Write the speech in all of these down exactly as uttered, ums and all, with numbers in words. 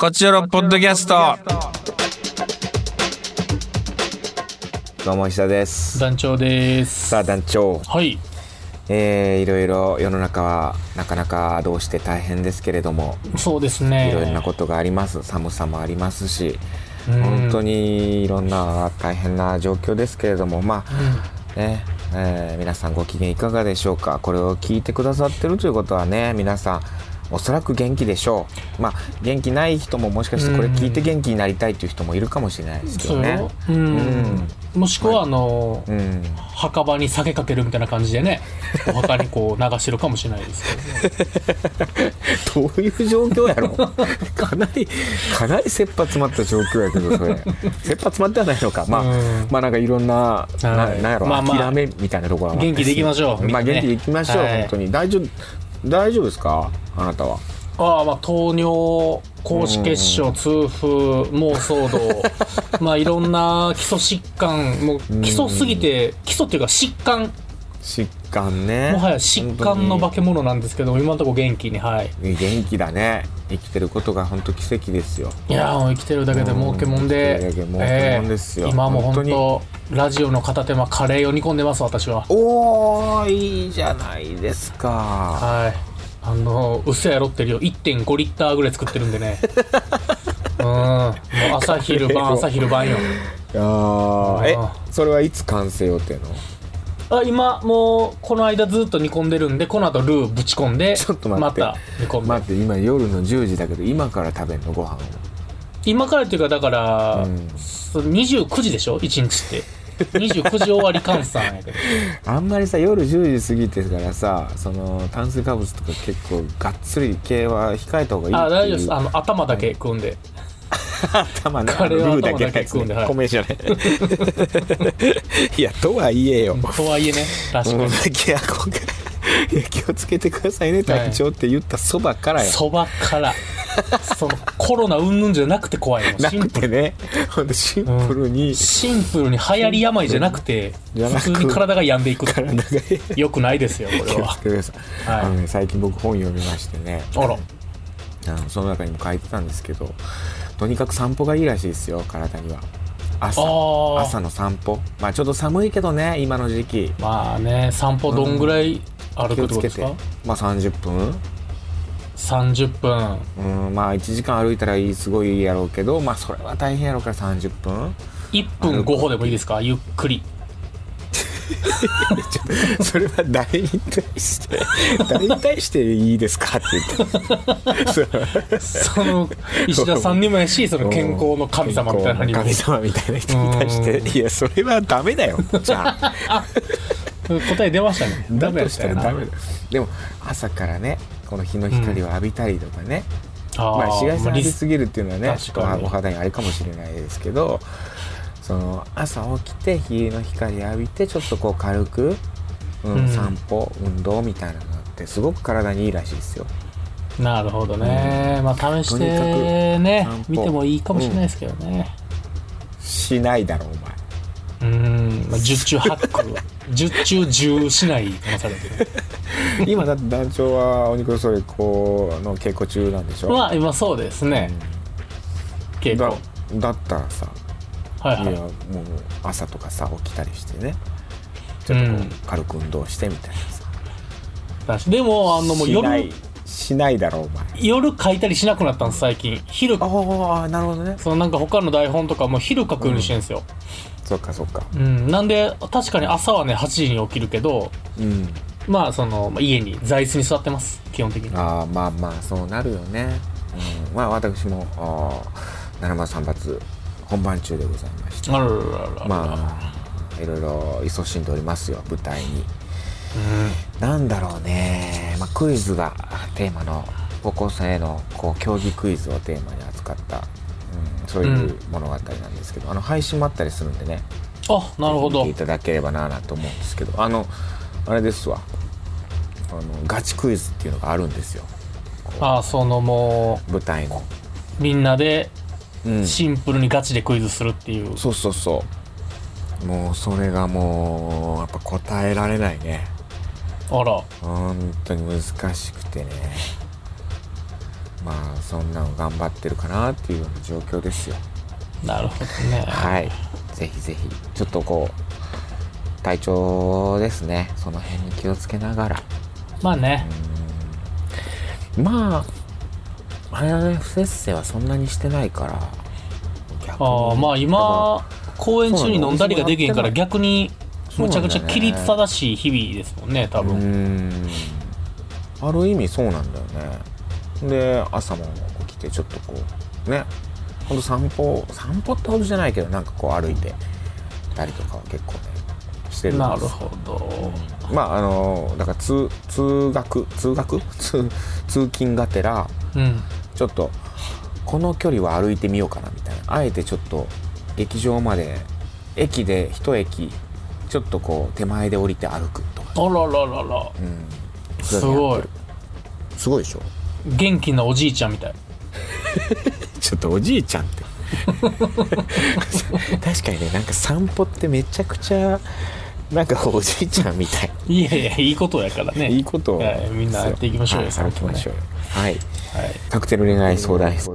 こちらのポッドキャスト。 どうも石田です。 団長です。 さあ団長、 はい、 えー、いろいろ世の中はなかなかどうして大変ですけれども、 そうですね、 いろいろなことがあります。寒さもありますし、 うん、 本当にいろんな大変な状況ですけれども、まあ、うん、ねえー、皆さんご機嫌いかがでしょうか。これを聞いてくださってるということはね、皆さんおそらく元気でしょう。まあ元気ない人ももしかしてこれ聞いて元気になりたいという人もいるかもしれないですけどね。 うん、うん、もしくはあの、 うん、 墓場に酒かけるみたいな感じでね、お墓にこう流してるかもしれないですけど、ね、どういう状況やろかなりかなり切羽詰まった状況やけど、それ切羽詰まってはないのか。まあ、うん、まあなんかいろんな、はい、な, なんやろ、まあまあ、諦めみたいなところは元気でいきましょう。 まあ元気でいきましょう、はい、本当に大丈夫大丈夫ですか、あなたは。 ああ、まあ糖尿、高脂血症、痛風、妄想動まあいろんな基礎疾患、もう基礎すぎて、基礎っていうか疾患疾患ね、 もはや疾患の化け物なんですけど、今のところ元気に、はい、 元気だね。生きてることが本当奇跡ですよ。 いやもう生きてるだけで儲けもんで、今も本当ラジオの片手間カレーを煮込んでます、私は。 おー、いいじゃないですか。 はい、あのうっせやろってるよ いってんごリッターぐらい作ってるんでねうん、もう朝昼晩朝昼晩よ。 あえそれはいつ完成予定の？ あ、今もうこの間ずっと煮込んでるんで、この後ルーぶち込んで、 ちょっと待って、 また煮込んで。 待って、今夜のじゅうじだけど今から食べんの、ご飯を。 今からっていうかだから、うん、にじゅうくじでしょいちにちってにじゅうくじ終わり換算やけどあんまりさ夜じゅうじ過ぎてからさ、その炭水化物とか結構がっつり系は控えた方がいいっていう。 あ、大丈夫です。あの頭だけ食うんで、 頭ね、 カレーは頭だけ食うんで、米じゃないいやとはいえよ、 とはいえね、確かに。 いや気をつけてくださいね隊長って言ったそばからよ。 そばからそのコロナ云々じゃなくて怖いの。 なくてね、ほんとシンプルに、 うん、シンプルに流行り病じゃなくて普通に体が病んでいくってよくないですよ、これは。気をつけてください、はい、あのね、最近僕本読みましてね、 あら、あのその中にも書いてたんですけど、とにかく散歩がいいらしいですよ、体には。朝, 朝の散歩、まあちょっと寒いけどね今の時期。 まあね、散歩どんぐらい歩くってことですか？うん、 まあさんじゅっぷんさんじゅっぷん、 うん、まあいちじかん歩いたらいい、すごいいいやろうけど、まあそれは大変やろうからさんじゅっぷん、 いっぷんご歩でもいいですか、ゆっくりそれは誰に対して誰に対していいですかって言ってその石田さんにもやし、その健康の神様みたいな神様みたいな人に対して、いやそれはダメだよじゃあ答え出ましたね。 だとしたらダメだよ。でも朝からねこの日の光を浴びたりとかね、うん、まあ紫外線浴びすぎるっていうのはねちょっとお肌にあれかもしれないですけど、その朝起きて日の光浴びてちょっとこう軽く、うんうん、散歩運動みたいなのってすごく体にいいらしいですよ。 なるほどね、うん、まあ試してね見てもいいかもしれないですけどね、 うん、しないだろお前。 うーん、まあ、じゅっ中はち区じゅっ中じゅうしない可能性あるけど今だって団長はお肉それこうの稽古中なんでしょ。 まあ今そうですね、うん、稽古だ, だったらさ、はいはい、いやもう朝とかさ起きたりしてねちょっとこう軽く運動してみたいなさ、 うん、でもあのもう夜しないだろうお前。 夜書いたりしなくなったんです最近。昼、 ああなるほどね。 そのなんか他の台本とかも昼書くようにしてるんですよ、 うん、そっかそっか、 うん、なんで確かに朝はねはちじに起きるけど、うん、まあその家に座椅子に座ってます基本的に。 ああまあまあそうなるよね、うん、まあ私もななまさん発本番中でございまして、 あらららら、 まあいろいろ勤しんでおりますよ舞台に。うん、なんだろうね、まあ、クイズがテーマの高校生のこう競技クイズをテーマに扱った、うん、そういう物語なんですけど、うん、あの配信もあったりするんでね、 あ、なるほど、 見ていただければなと思うんですけど、あのあれですわ、あのガチクイズっていうのがあるんですよ。 ああ、そのもう舞台のみんなでシンプルにガチでクイズするっていう、 うん、そうそうそう、もうそれがもうやっぱ答えられないね。 あら、 本当に難しくてね、 まあそんなの頑張ってるかなっていうような状況ですよ。 なるほどね。 はい、ぜひぜひちょっとこう体調ですね、その辺に気をつけながら。 まあね、 うんまああれ不摂生はそんなにしてないから逆に。 ああまあ今公演中に飲んだりができへんから逆にむちゃくちゃ規律正しい日々ですもんね多分。 うんある意味そうなんだよね。で朝も起きてちょっとこうねほんと散歩散歩ってほどじゃないけどなんかこう歩いてたりとかは結構ねしてるんです。 なるほど、 うん、まああのだから通通学通学通通勤がてら、うん、ちょっとこの距離は歩いてみようかなみたいな、あえてちょっと劇場まで駅で一駅ちょっとこう手前で降りて歩くとか。 あらららら、うん、すごいすごいでしょ。 元気なおじいちゃんみたいちょっとおじいちゃんって確かにね、なんか散歩ってめちゃくちゃなんかおじいちゃんみたいいやいやいいことやからね。 いいことを、 はい、みんなやっていきましょうよ。 はい、歩きましょうよ。はい、はい、カクテル恋愛相談室、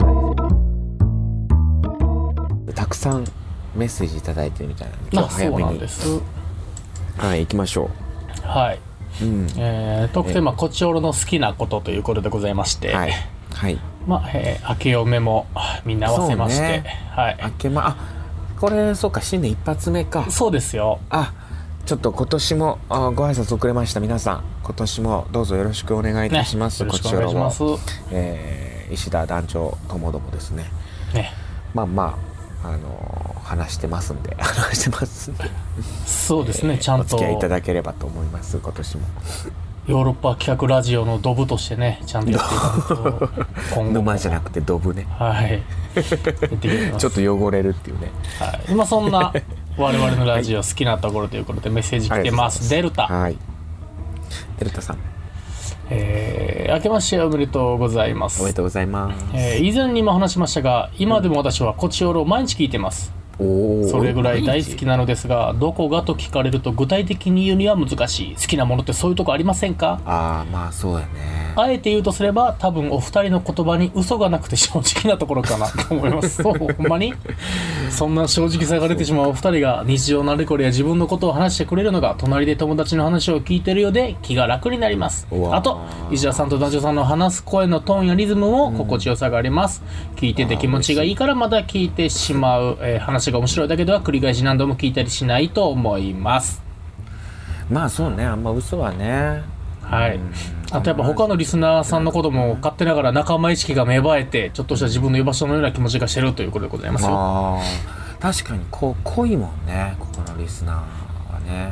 たくさんメッセージいただいてるみたいなので、今日早めに、そうなんです。はい、行きましょう。はい、うんえー、トークテーマ、こちおろの好きなことということでございまして、はいはい、まあ、えー、明けおめもみんな合わせまして、ね、はい、 明けまあこれそうか新年一発目か。 そうですよ。 あちょっと今年もあご挨拶遅れました皆さん、今年もどうぞよろしくお願いいたします。 ね、よろしくお願いします。 えー、石田団長ともどもですね。ねまあまああのー、話してますんで話してますんでそうですね、えー、ちゃんとお付き合いいただければと思います。今年もヨーロッパ企画ラジオのドブとしてねちゃんとやっていただくと今後沼じゃなくてドブね。 はいちょっと汚れるっていうね。 はい、今そんな我々のラジオ好きなところということでメッセージ来てます。はい、デルタ、はい、 デルタさん、 えー、明けましておめでとうございます。 おめでとうございます。 えー、以前にも話しましたが今でも私はこちおろを毎日聞いてます。それぐらい大好きなのですが、どこがと聞かれると具体的に言うには難しい。好きなものってそういうとこありませんか？ ああまあそうやね。 あえて言うとすれば多分お二人の言葉に嘘がなくて正直なところかなと思います。そうほんまにそんな正直さが出てしまうお二人が日常のあれこれや自分のことを話してくれるのが隣で友達の話を聞いてるようで気が楽になります。あと石田さんと団長さんの話す声のトーンやリズムも心地よさがあります。うん、聞いてて気持ちがいいからまた聞いてしまう、えー、話が面白いだけでは繰り返し何度も聞いたりしないと思います。 まあそうね、あんま嘘はね。 はい、あとやっぱ他のリスナーさんのことも勝手ながら仲間意識が芽生えてちょっとした自分の居場所のような気持ちがしてるということでございますよ。 あ確かにこう濃いもんね、ここのリスナーはね。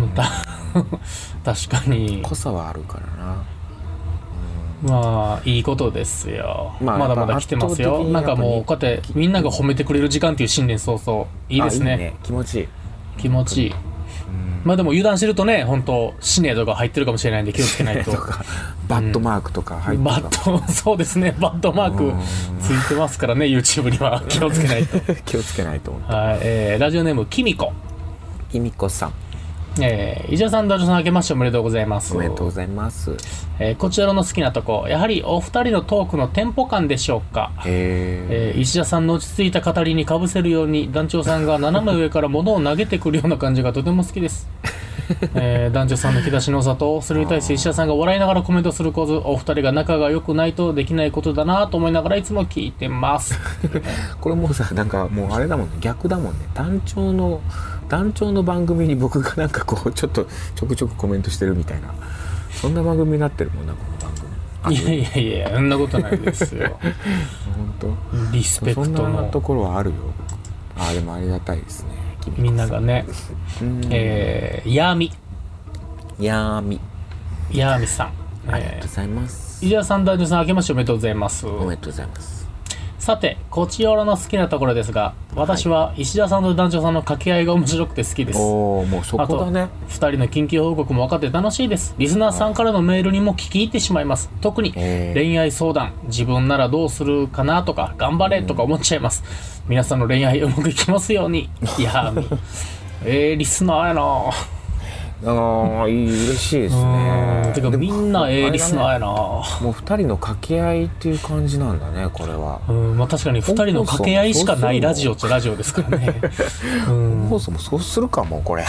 確かに濃さはあるからな。 うん、まあいいことですよ。まあ、まだまだ来てますよ。なんかもうこうやってみんなが褒めてくれる時間っていう新年早々いいですね。いいね、 気持ちいい気持ちいい。まあでも油断してるとね本当死ねとか入ってるかもしれないんで気をつけないと。 バッドマークとか入ってるかも、 うん、バッドそうですねバッドマークついてますからね YouTube には気をつけないと気をつけないと思って。 はい、えー、ラジオネームきみこきみこさん、 えー、伊沢さん、ダジョさん、明けましておめでとうございます。 おめでとうございます。 えー、こちらの好きなとこ、やはりお二人のトークのテンポ感でしょうか。えー、石田さんの落ち着いた語りにかぶせるように、団長さんが斜め上から物を投げてくるような感じがとても好きです。えー、団長さんの引き出しの差と、それに対して石田さんが笑いながらコメントする構図、お二人が仲が良くないとできないことだなと思いながらいつも聞いてます。 これもうさ、なんかもうあれだもんね、逆だもんね。団長の団長の番組に僕がなんかこうちょっとちょくちょくコメントしてるみたいな、そんな番組になってるもんな、この番組。 いやいやいや、そんなことないですよ。 本当リスペクトのそんなところはあるよ。ああ、でもありがたいですね、 みんながね。えー、ヤーミヤーミヤーミさん、 ありがとうございます。 伊沢さん、団長さん、明けましておめでとうございます。 おめでとうございます。 さて、こちらの好きなところですが、私は石田さんと団長さんの掛け合いが面白くて好きです。 おー、もうそこだね。 ふたりの緊急報告も分かって楽しいです。リスナーさんからのメールにも聞き入ってしまいます。特に恋愛相談、自分ならどうするかなとか、頑張れとか思っちゃいます。うん、皆さんの恋愛うまくいきますように。いやー、えー、リスナーやな。 ああ、いい、嬉しいですね。 てかみんなええリスナーやな。 もうふたりの掛け合いっていう感じなんだね、これは。 うん、まあ確かにふたりの掛け合いしかないラジオっちゃラジオですからね。 うん、放送もそうするかもこれ。はい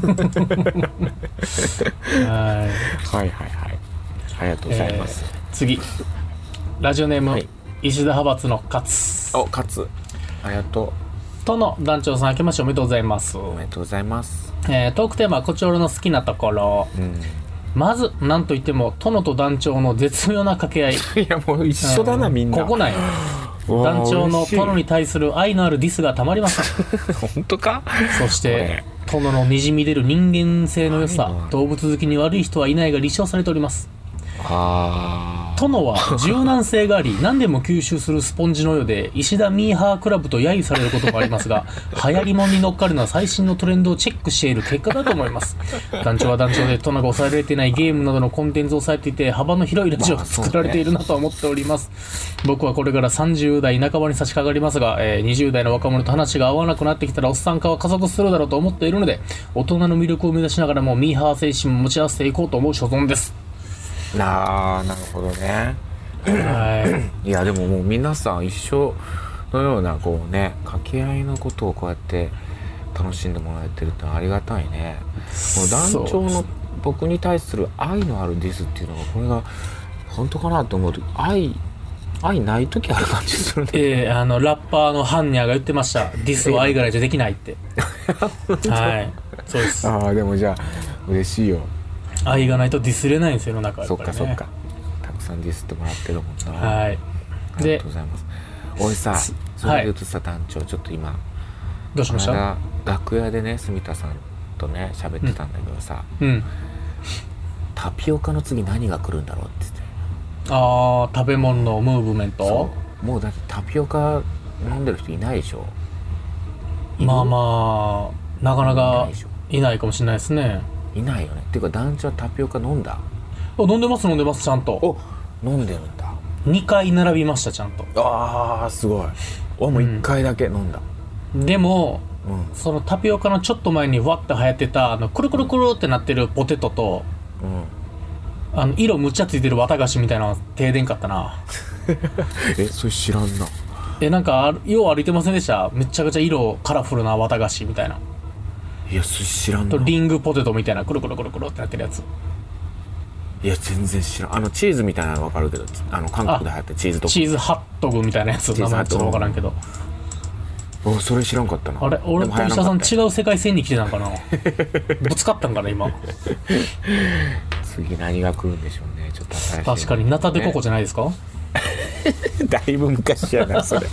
はいはいはい。ありがとうございます。えー、 次、ラジオネーム、はい、石田派閥の勝。 お、勝。ありがとう。 との団長さん、明けましておめでとうございます。 おめでとうございます。 えー、トークテーマはこちおろの好きなところ、うん、まず何といっても殿と団長の絶妙な掛け合い。 いやもう一緒だな、うん、みんなここなんよ。団長の殿に対する愛のあるディスがたまりません。 本当か。 そして殿のにじみ出る人間性の良さ、動物好きに悪い人はいないが立証されております。あ殿は柔軟性があり何でも吸収するスポンジのようで石田ミーハークラブと揶揄されることもありますが、流行り物に乗っかるのは最新のトレンドをチェックしている結果だと思います。団長は団長で殿が抑えられていないゲームなどのコンテンツを抑えていて幅の広いラジオが作られているなと思っております。僕はこれからさんじゅう代半ばに差し掛かりますが、えー、にじゅう代の若者と話が合わなくなってきたらおっさん化は加速するだろうと思っているので、大人の魅力を目指しながらもミーハー精神も持ち合わせていこうと思う所存です。 なあ、なるほどね。はい、いやでももう皆さん一緒のようなこうね掛け合いのことをこうやって楽しんでもらえてるってのはありがたいね。もう団長の僕に対する愛のあるディスっていうのがこれが本当かなと思うと愛愛ない時ある感じするね。 ええー、あのラッパーのハンニャが言ってました。ディスは愛がないとできないって。はい、そうです。 ああでもじゃあ嬉しいよ。 愛がないとディスれないんですよ世の中は、ね。 そっかそっか。たくさんディスってもらってるもんな。 はい。 ありがとうございます。おいさ、それで言うとさ、団長ちょっと今どうしました？ 楽屋でね住田さんとね喋ってたんだけどさ、うん、タピオカの次何が来るんだろうって言って。 ああ、食べ物のムーブメント。 そうもうだってタピオカ飲んでる人いないでしょ。 まあまあなかなかいないかもしれないですね。 いないよね。っていうか団長はタピオカ飲んだ？ 飲んでます飲んでますちゃんと。 お、飲んでるんだ。 にかい並びましたちゃんと。 ああすごい。お、もういっかいだけ飲んだ。 うん、でも、うん、そのタピオカのちょっと前にわって流行ってたあのくるくるくるってなってるポテトと、うん、あの色むっちゃついてる綿菓子みたいなの停電かったな。 え、それ知らんな。 え、なんかよう歩いてませんでした？めちゃくちゃ色カラフルな綿菓子みたいな。 いや、それ知らんな。 とリングポテトみたいなくるくるくるくるってなってるやつ。 いや全然知らん。あのチーズみたいなの分かるけど、あの韓国で流行ったチーズとかチーズハットグみたいなやつ、名前ちょっと分からんけど。 お、それ知らんかったな。 あれ、俺と石田さん違う世界線に来てたんかな。ぶつかったんかな今。 次何が来るんでしょうね。ちょっと新しい、ね、 確かにナタデココじゃないですか。 だいぶ昔やなそれ。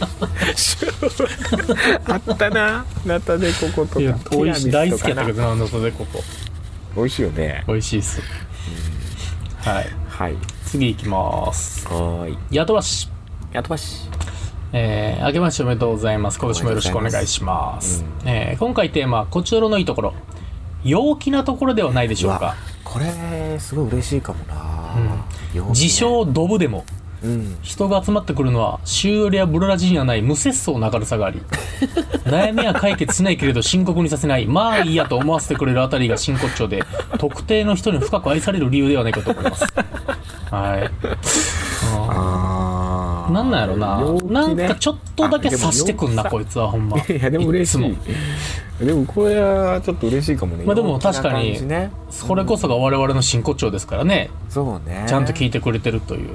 あったな、ナタデココとか。いや美味しい、大好きやったけどな、ナタデココ。 美味しいよね。 美味しいっす。うん、はい、はい、次いきます。 はい、 やとばしやとばしえー、あけましておめでとうございます。今年もよろしくお願いします。うん、えー、今回テーマはこちらのいいところ、陽気なところではないでしょうか。 これすごい嬉しいかもな、 うん、自称ドブでも、うん、人が集まってくるのはシュールやブロラジにはない無節操な明るさがあり、悩みは解決しないけれど深刻にさせない、まあいいやと思わせてくれるあたりが真骨頂で、特定の人に深く愛される理由ではないかと思います。はい。ああ、なんなんやろな、ね、なんかちょっとだけ察してくんなこいつはほんま。 いやでも嬉しい。いでもこれはちょっと嬉しいかもね。 まあでも確かに、ね、それこそが我々の真骨頂ですからね。 そうね。 ちゃんと聞いてくれてるという。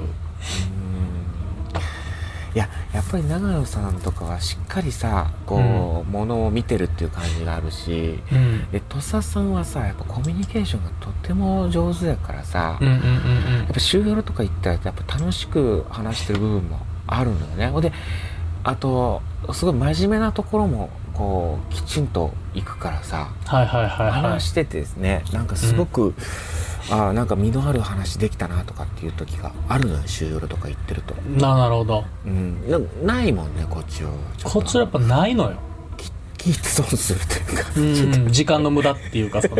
いややっぱり長野さんとかはしっかりさこう、うん、ものを見てるっていう感じがあるし、うん、で土佐さんはさやっぱコミュニケーションがとても上手だからさ、うんうんうんうん、やっぱ週夜とか行ったらやっぱ楽しく話してる部分もあるのよね。であとすごい真面目なところもこうきちんと行くからさ、 はいはいはいはい、 話しててですね、なんかすごく、うん、あなんか身のある話できたなとかっていう時があるのよ、週夜とか行ってると。 なるほど、 うん、な, ないもんねこっちは。 こっちはやっぱないのよ。 気損するというか、うん、時間の無駄っていうかその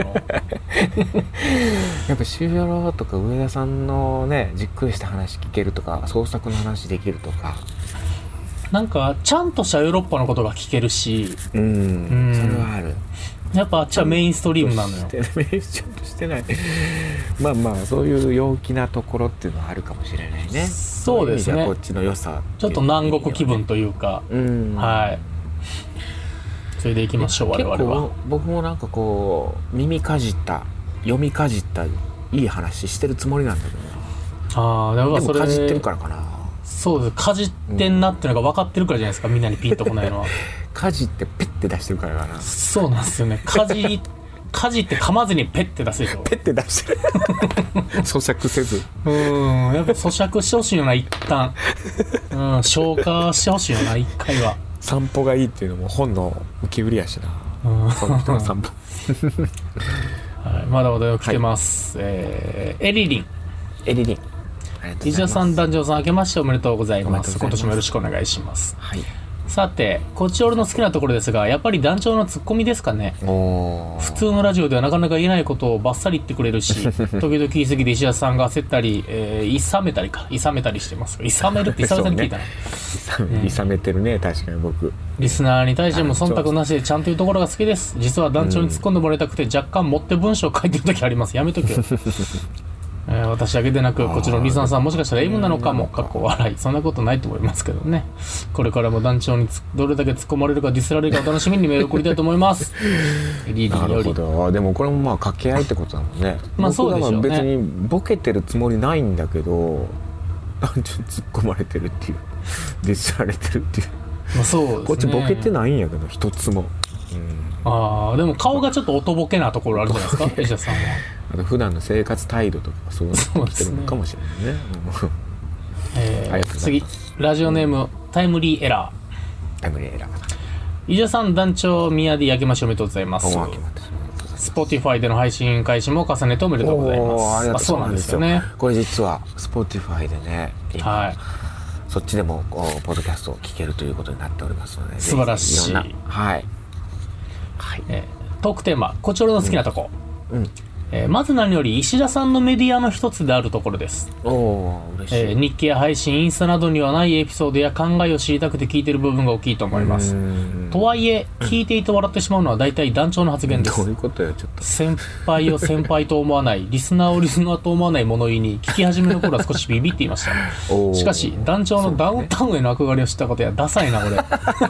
やっぱ週夜とか上田さんのねじっくりした話聞けるとか創作の話できるとか、 なんかちゃんとしたヨーロッパのことが聞けるし、 うん、うん、それはある。 やっぱあっちはメインストリームなのよ。 メインストリームしてないまあまあそういう陽気なところっていうのはあるかもしれないね。 そうですね。 こっちの良さ、 ちょっと南国気分というか、うん、はい。それでいきましょう我々は。 僕もなんかこう耳かじった読みかじったいい話してるつもりなんだけどな。 ああ、でもそれかじってるからかな。 そうです。かじってんなっていうのが分かってるからじゃないですか、みんなにピンとこないのは。 かじってペッて出してるからかな。 そうなんですよね。かじかじって噛まずにペッて出すでしょ。 ペッて出してる咀嚼せず。 うん、やっぱ咀嚼してほしいよな一旦。うん、消化してほしいよな一回は。 散歩がいいっていうのも本の浮き売りやしな。うん、その人の散歩。 はい、まだまだ来てます。はい、えー、エリリン。 エリリン。 石田さん、団長さん、明けましておめでとうございます。今年もよろしくお願いします。 はい。 さて、こっち俺の好きなところですが、やっぱり団長のツッコミですかね。普通のラジオではなかなか言えないことをバッサリ言ってくれるし、時々言い過ぎで石田さんが焦ったり、えー、いさめたりか、いさめたりしてます。いさめるって久々に聞いたな。 ね、いさめてるね、確かに僕。 リスナーに対しても忖度なしでちゃんと言うところが好きです。実は団長に突っ込んでもらいたくて、若干持って文章を書いてる時あります。やめとけよ。えー、私だけでなくこちらのリスナーさんもしかしたら M なのかもかっこ笑い、そんなことないと思いますけどね。これからも団長にどれだけ突っ込まれるかディスられるかお楽しみにメール送りたいと思います。リリーより。なるほど。でもこれもまあ掛け合いってことだもんね。 まあそうでしょうね。 別にボケてるつもりないんだけど団長に突っ込まれてるっていうディスられてるっていう、 まあそうですね、 こっちボケてないんやけど一つも、 うん、ああでも顔がちょっとおとぼけなところあるじゃないですか石田さんは。 あと普段の生活態度とかそうなってきてるのかもしれないね。 えー、次ラジオネーム、うん、タイムリーエラータイムリーエラー伊者さん団長宮で焼けましおめでとうございます。Spotify での配信開始も重ねておめでとうございます。ありがとう。そうなんですよね。 これ実は Spotify でね今、はい、そっちでもこうポッドキャストを聞けるということになっておりますので、 素晴らしい。いろんなはい、はいえー、トークテーマこちらの好きなとこ、 うんうんえー、まず何より石田さんのメディアの一つであるところです。 おー嬉しい、 えー、日記や配信インスタなどにはないエピソードや考えを知りたくて聞いている部分が大きいと思います。とはいえ聞いていて笑ってしまうのは大体団長の発言です。 どういうことよちょっと。 先輩を先輩と思わないリスナーをリスナーと思わない物言いに聞き始めの頃は少しビビっていましたしかし団長のダウンタウンへの憧れを知ったことやダサいなこれ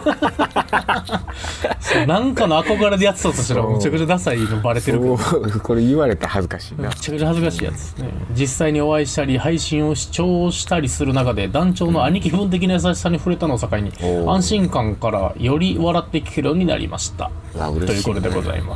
なんかの憧れでやってたとしたらめちゃくちゃダサいのバレてるけどこれ言われたら恥ずかしいな。 めちゃくちゃ恥ずかしいやつですね。実際にお会いしたり配信を視聴したりする中で団長の兄貴分的な優しさに触れたのを境に、うん、安心感からより笑って聞けるようになりました、 ね、 ということでございます。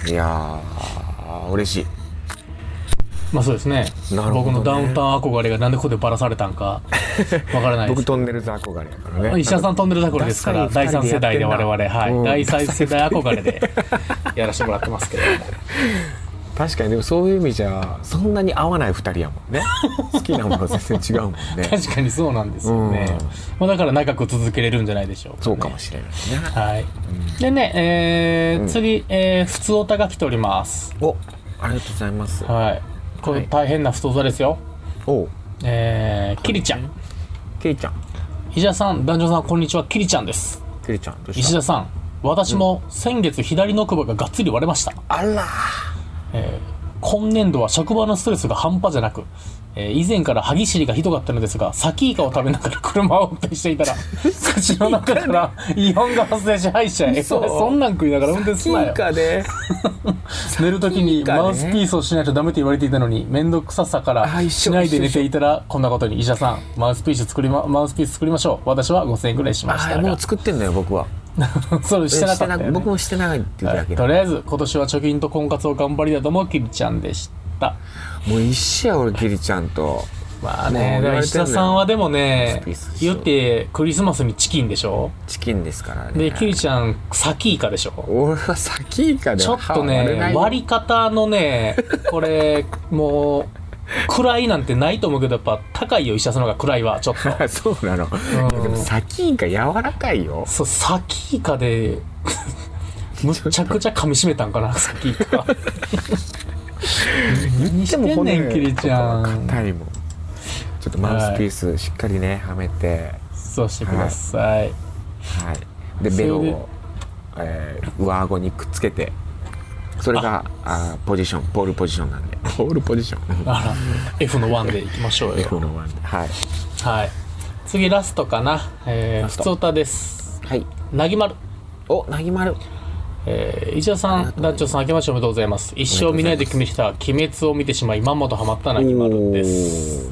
いやー嬉しい。 まあそうですね。ね僕のダウンタウン憧れがなんでここでバラされたんかわからないです。 僕トンネルズ憧れやからね。 石田さんトンネルズ憧れですからだいさん世代で我々、はい、うん、だいさん世代憧れでやらせてもらってますけども確かにでもそういう意味じゃそんなに合わないふたりやもんね。好きなもの全然違うもんね。 確かにそうなんですよね、うん、まあ、だから長く続けれるんじゃないでしょうか、ね、 そうかもしれないね。 はい、うん、でね、えーうん、次、えー、普通おたが来ております。 おありがとうございます。 はい、これ大変な普通おたですよ。 おえー、キリちゃん。 キリちゃん。 石田さん、団長さん、こんにちは。キリちゃんです。 キリちゃん、どうした？ 石田さん、私も先月左の奥歯ががっつり割れました。 あらー。 えー今年度は職場のストレスが半端じゃなく、えー、以前から歯ぎしりがひどかったのですが、サキイカを食べながら車を運転していたら口の中からイオンが発生し歯医者へ。そ, そんなん食いながら運転すなよ。 サキイカで寝る時にマウスピースをしないとダメと言われていたのに面倒くささからしないで寝ていたらこんなことに。医者さんマウスピース作りまマウスピース作りましょう。私はごせんえんくらいしましたが。 もう作ってんだよ僕は。 そうしてなかったよ、ね、 僕もしてないっていうだけ、 はい、とりあえず今年は貯金と婚活を頑張りだと思うキリちゃんでした。 もう一緒や俺キリちゃんと。 まあね、でも石田さんはでもね言ってクリスマスにチキンでしょ。 チキンですからね。 でキリちゃんサキイカでしょ。 俺はサキイカでちょっとね割り方のねこれもう位なんてないと思うけどやっぱ高いよ石田さんの方が位はちょっとそうなの、うん、でもサキイカ柔らかいよ。 そうサキイカでむちゃくちゃ噛み締めたんかなサキイカ何してんねんキリちゃん。 硬いもん。ちょっとマウスピースしっかりねはめてそうしてください。 はい、はい、でベロをえー、上顎にくっつけて、それがああポジション、ポールポジションなんで、ポールポジションあら F のワンでいきましょうよ。 F のワンで、はいはい。次ラストかな、えー、ふつおたです。 はい。 なぎまる。 お、なぎまる。 えー、石田さん、団長さん、明けましておめでとうございます。一生見ないで決めてた鬼滅を見てしまいまんまとハマったなぎまるです。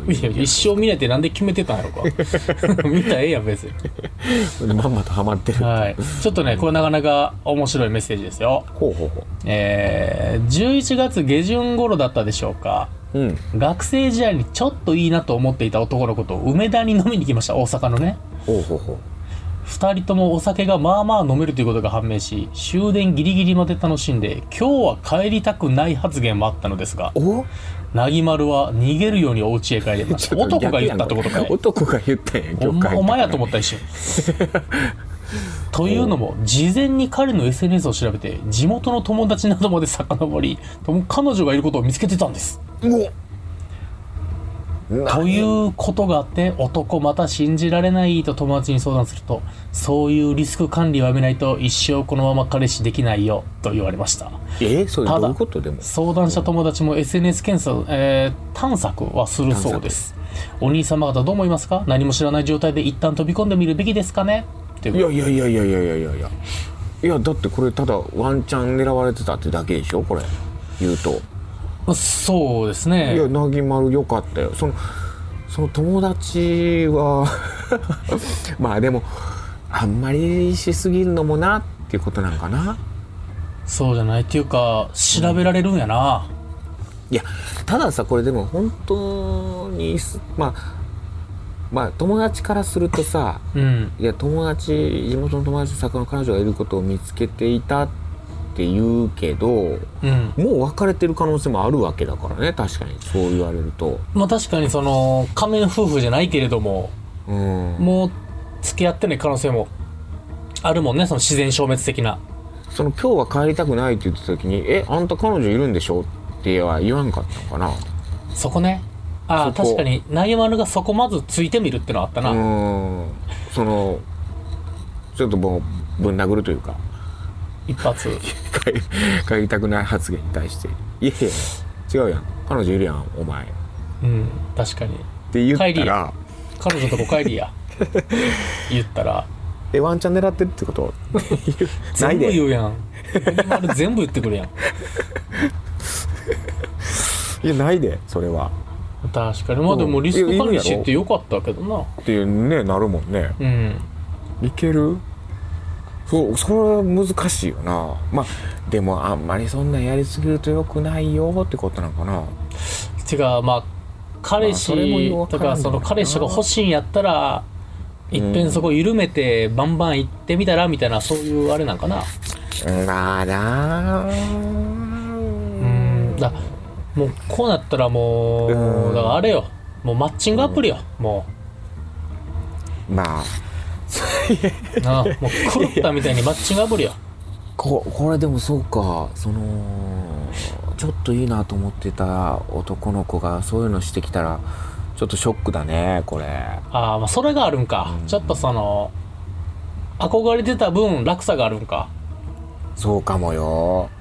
いや、一生見ないってなんで決めてたんやろか見たらええやん別にまんまとハマってる、 はい、ちょっとねこれなかなか面白いメッセージですよ。 ほうほうほう。 えー、じゅういちがつ下旬頃だったでしょうか、うん、学生時代にちょっといいなと思っていた男の子と梅田に飲みに来ました。大阪のね。 ほうほうほう。 ふたりともお酒がまあまあ飲めるということが判明し、終電ギリギリまで楽しんで、今日は帰りたくない発言もあったのですが、 おなぎまるは逃げるようにお家へ帰りました。男が言ったってことかい。 男が言ったんや、 お, ま、お前やと思った一瞬というのも事前に彼の エスエヌエス を調べて地元の友達などまで遡り、彼女がいることを見つけてたんです。 おということがあって、男また信じられないと友達に相談すると、そういうリスク管理をやめないと一生このまま彼氏できないよと言われました。 えー、そういうどういうことでも相談した友達も エスエヌエス 検査、えー、探索はするそうです。お兄様方どう思いますか？何も知らない状態で一旦飛び込んでみるべきですかね？っていう。 いやいやいやいやいやいやいやいやいや、だってこれただワンチャン狙われてたってだけでしょ、これ言うと。 そうですね。 いや、なぎまるよかったよ。そのその友達はまあでもあんまりしすぎるのもなっていうことなんかな。 そうじゃないっていうか調べられるんやな、 うん、いやたださ、これでも本当にまあまあ友達からするとさ、うん、いや友達地元の友達作の彼女がいることを見つけていたって言うけど、うん、もう別れてる可能性もあるわけだからね。確かにそう言われると、 まあ確かにその仮面夫婦じゃないけれども、うん、もう付き合ってない可能性もあるもんね。その自然消滅的な。 その今日は帰りたくないって言った時に、えあんた彼女いるんでしょっては言わんかったのかな。 そこね。ああ確かになぎまるがそこまずついてみるってのはあったな。うん、 そのちょっともうぶん殴るというか一発帰りたくない発言に対して、いやいや違うやん、彼女いるやんお前。 うん確かにって言ったら、帰りや彼女のとこ帰りや言ったらえワンチャン狙ってるってこと全部言うやん全部言ってくるやんいやないでそれは。 確かにまあでもリスク管理してよかったけどなっていうねなるもんね。うんいける。そうそれは難しいよな。まあでもあんまりそんなやりすぎるとよくないよってことなんかな。 てかまあ彼氏とかその彼氏が欲しいんやったらいっぺんそこ緩めてバンバン行ってみたらみたいな、そういうあれなんかな。 まあなうんだもうこうなったらもうだからあれよ、もうマッチングアプリよ、うん、もうまあああもう狂ったみたいにマッチングアプリよこ, これでもそうか、そのちょっといいなと思ってた男の子がそういうのしてきたらちょっとショックだねこれ。 ああまあそれがあるんか、うん、ちょっとその憧れてた分落差があるんか。 そうかもよ。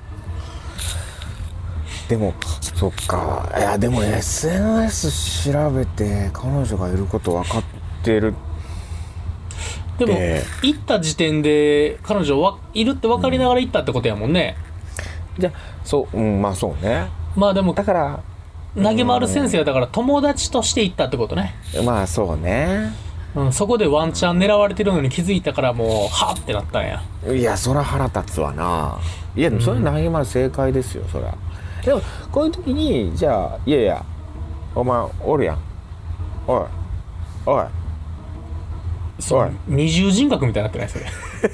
でもそっか、いやでも エスエヌエス 調べて彼女がいること分かってる。 でも行った時点で彼女はいるって分かりながら行ったってことやもんね、 うん、じゃあそう、うん、まあそうね。 まあでもだから投げ回る先生はだから友達として行ったってことね。 まあそうね、 うん、そこでワンチャン狙われてるのに気づいたからもうはってなったんや。 いやそら腹立つわな。いやでもそれ投げ回る正解ですよ、うん、そら。でもこういう時にじゃあいやいやお前おるやん、おいおいおい二重人格みたいになってないそれ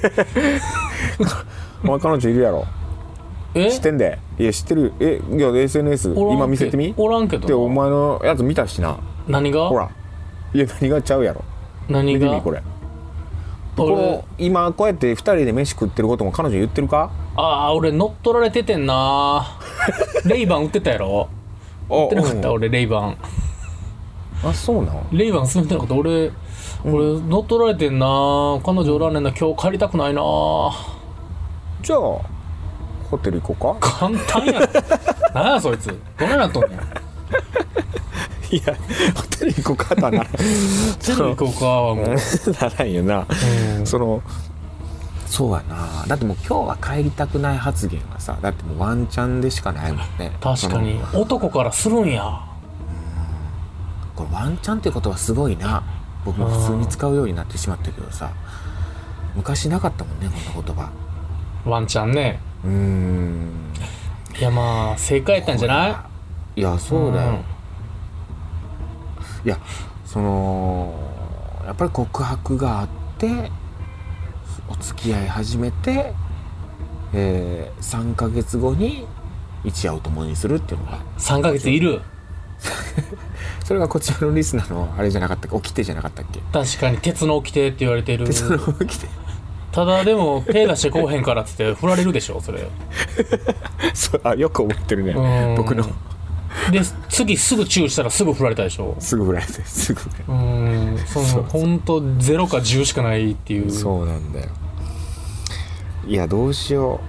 お前彼女いるやろ。え知ってんで。いや知ってる。えいや エスエヌエス 今見せてみ。 おらんけどでお前のやつ見たしな。 何が。 ほらいや何がちゃうやろ。 何が見てみこれ。この今こうやってふたりで飯食ってることも彼女言ってるか。 ああ俺乗っ取られててんなレイバン売ってたやろ。売ってなかった俺レイバン。 あそうなの。 レイバン住んでなかった俺。俺乗っ取られてんな。彼女おらんねんな。今日帰りたくないな。 じゃあホテル行こうか。 簡単やん何やそいつどないなっとんねんいやホテル行こうかだなホテル行こうかはもうならんよな、 うん、 そのそうやな。だってもう今日は帰りたくない発言はさ、だってもうワンチャンでしかないもんね。 確かに男からするんや。 これワンチャンってことはすごいな。僕も普通に使うようになってしまったけどさ、昔なかったもんねこんな言葉。 ワンチャンね。 うーん、 いやまあ正解やったんじゃない。 いやそうだよ、うん、いやそのやっぱり告白があってお付き合い始めて、えー、さんかげつごに一夜を共にするっていうのがさんかげついるそれがこちらのリスナーのあれじゃなかったっけ、掟じゃなかったっけ。 確かに鉄の掟って言われてる。 鉄の掟。 ただでも手出してこうへんからっつって振られるでしょそれそう、あ、よく思ってるね僕の。 で次すぐチューしたらすぐ振られたでしょ。 すぐ振られてすぐ。 うーん、その本当ゼロかじゅうしかないっていう。 そうなんだよ。いやどうしよう。う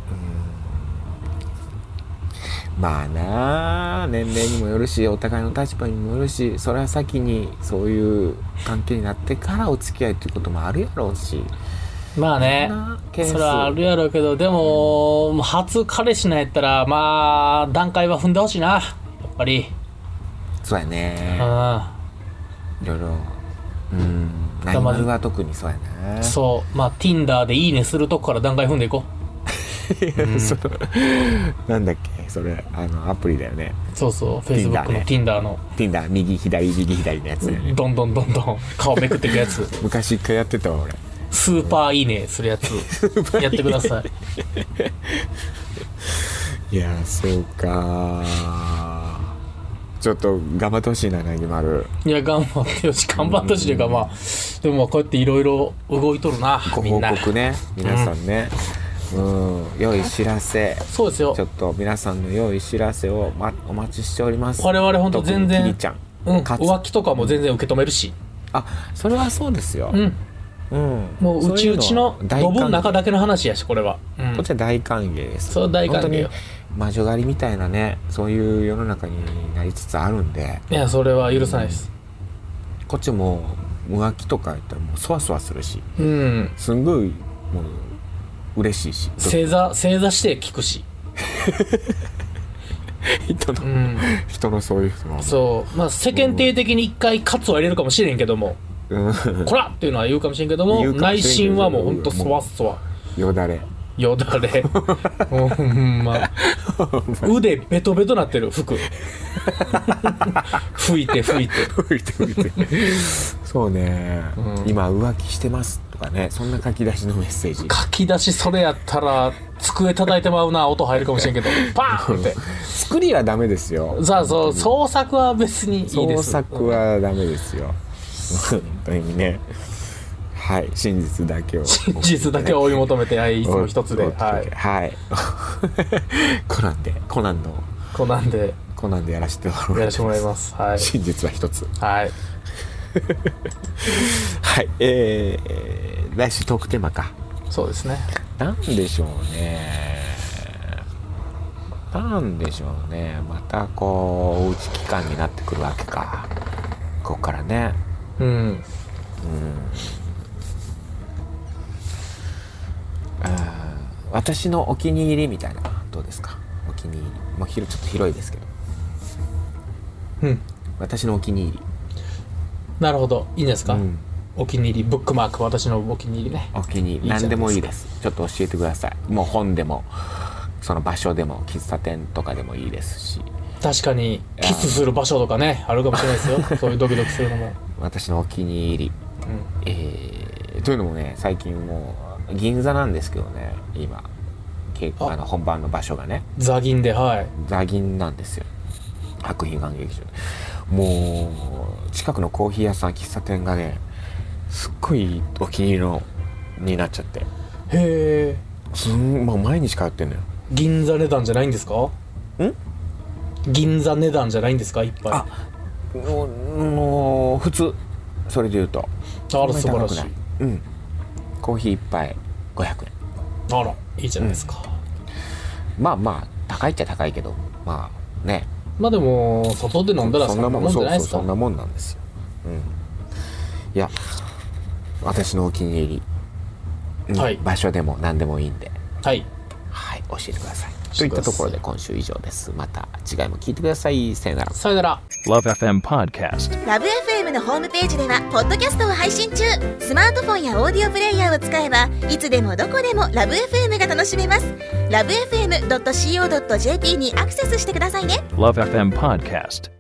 ーん、まあなあ、年齢にもよるしお互いの立場にもよるし、それは先にそういう関係になってからお付き合いっていうこともあるやろうし。 まあね、それはあるやろうけど、でも、うん、初彼氏なんやったらまあ段階は踏んでほしいなやっぱり。 そうやね、 うん、 いろいろ、うん、何丸は特にそうやね。 そうまあ Tinder でいいねするとこから段階踏んでいこう、うん、 そなんだっけそれ、あのアプリだよね。 そうそう Facebook の Tinder の Tinder 右左右左のやつだよね。 どんどんどんどん顔めくっていくやつ昔一回やってたわ俺。 スーパーいいねするやつやってください。いやそうか、ちょっと頑張ってほしいな、なぎまる。 いや頑張ってよし、頑張ってほしいというか、まあでもこうやっていろいろ動いとるな。 ご報告ね皆さんね、うん、うん、良い知らせ。 そうですよ。 ちょっと皆さんの良い知らせを、ま、お待ちしております。 我々本当全然キリちゃん、 うん、浮気とかも全然受け止めるし、 あ、それはそうですよ、 うんうん、 もううちうちのドブの中だけの話やしこれは、うん、 こっちは大歓迎です。 そう大歓迎。本当に魔女狩りみたいなね、そういう世の中になりつつあるんで。 いやそれは許さないです、 うん、こっちも浮気とか言ったらもうそわそわするし、 うん、 すんごいもう嬉しいし、 正座正座して聞くし人の、うん、人のそういうのそうまあ世間体的に一回カツを入れるかもしれんけども、こらっていうのは言うかもしれんけども、内心はもうほんとそわそわよだれよだれほんま腕ベトベトなってる服拭いて拭いて拭いて拭いてそうね、うん、今浮気してますとかね、そんな書き出しのメッセージ。 書き出しそれやったら机叩いてまうな、音入るかもしれんけどパーンって作りはダメですよ。 さあそう創作は別にいいです。 創作はダメですよ本当にね。はい、真実だけを真実だけを追い求めて、はい、いつも一つで、はい、 はい、コナンでコナンのコナンでコナンでやらせてもらいます。 やらせてもらいます。はい、 真実は一つ。 はいはい、えー、来週トークテーマか。 そうですね。 なんでしょうね。なんでしょうね。またこうおうち期間になってくるわけか。ここからね。 うん。うん。 あ、私のお気に入りみたいな、どうですか。お気に入り、まあ、ちょっと広いですけど、 うん、 私のお気に入り。 なるほど、いいんですか、うん、お気に入り、ブックマーク、私のお気に入りね。 お気に入り、何でもいいです。ちょっと教えてください。もう本でもその場所でも喫茶店とかでもいいですし。 確かにキスする場所とかね、あるかもしれないですよそういうドキドキするのも。 私のお気に入り、うん、えー、というのもね、最近もう銀座なんですけどね、今あの本番の場所がね、 座銀で、はい、 座銀なんですよ、博品館劇場。もう近くのコーヒー屋さん、喫茶店がね、すっごいお気に入りのになっちゃって。へえ。 すん、まあ、毎日通ってんのよ。 銀座値段じゃないんですか。ん銀座値段じゃないんですか、いっぱい。あ、 もう普通、それで言うとあら素晴らしい。 うん、コーヒーいっぱいごひゃくえん。 あらいいじゃないですか、 うん、まあまあ高いっちゃ高いけどまあねまあでも外で飲んだらそんなもんじゃないですか。 そんなもんなんですよ、うん、いや私のお気に入り、うん、はい、場所でも何でもいいんではい、 はい、教えてくださいといったところで今週以上です。また次回も聞いてください。さよなら。 さよなら。 ラブ エフエム Podcast。 ラブ エフエム のホームページではポッドキャストを配信中。スマートフォンやオーディオプレイヤーを使えばいつでもどこでもラブ エフエム が楽しめます。ラブ エフエムドットシーオードットジェーピー にアクセスしてくださいね。 ラブ エフエム Podcast。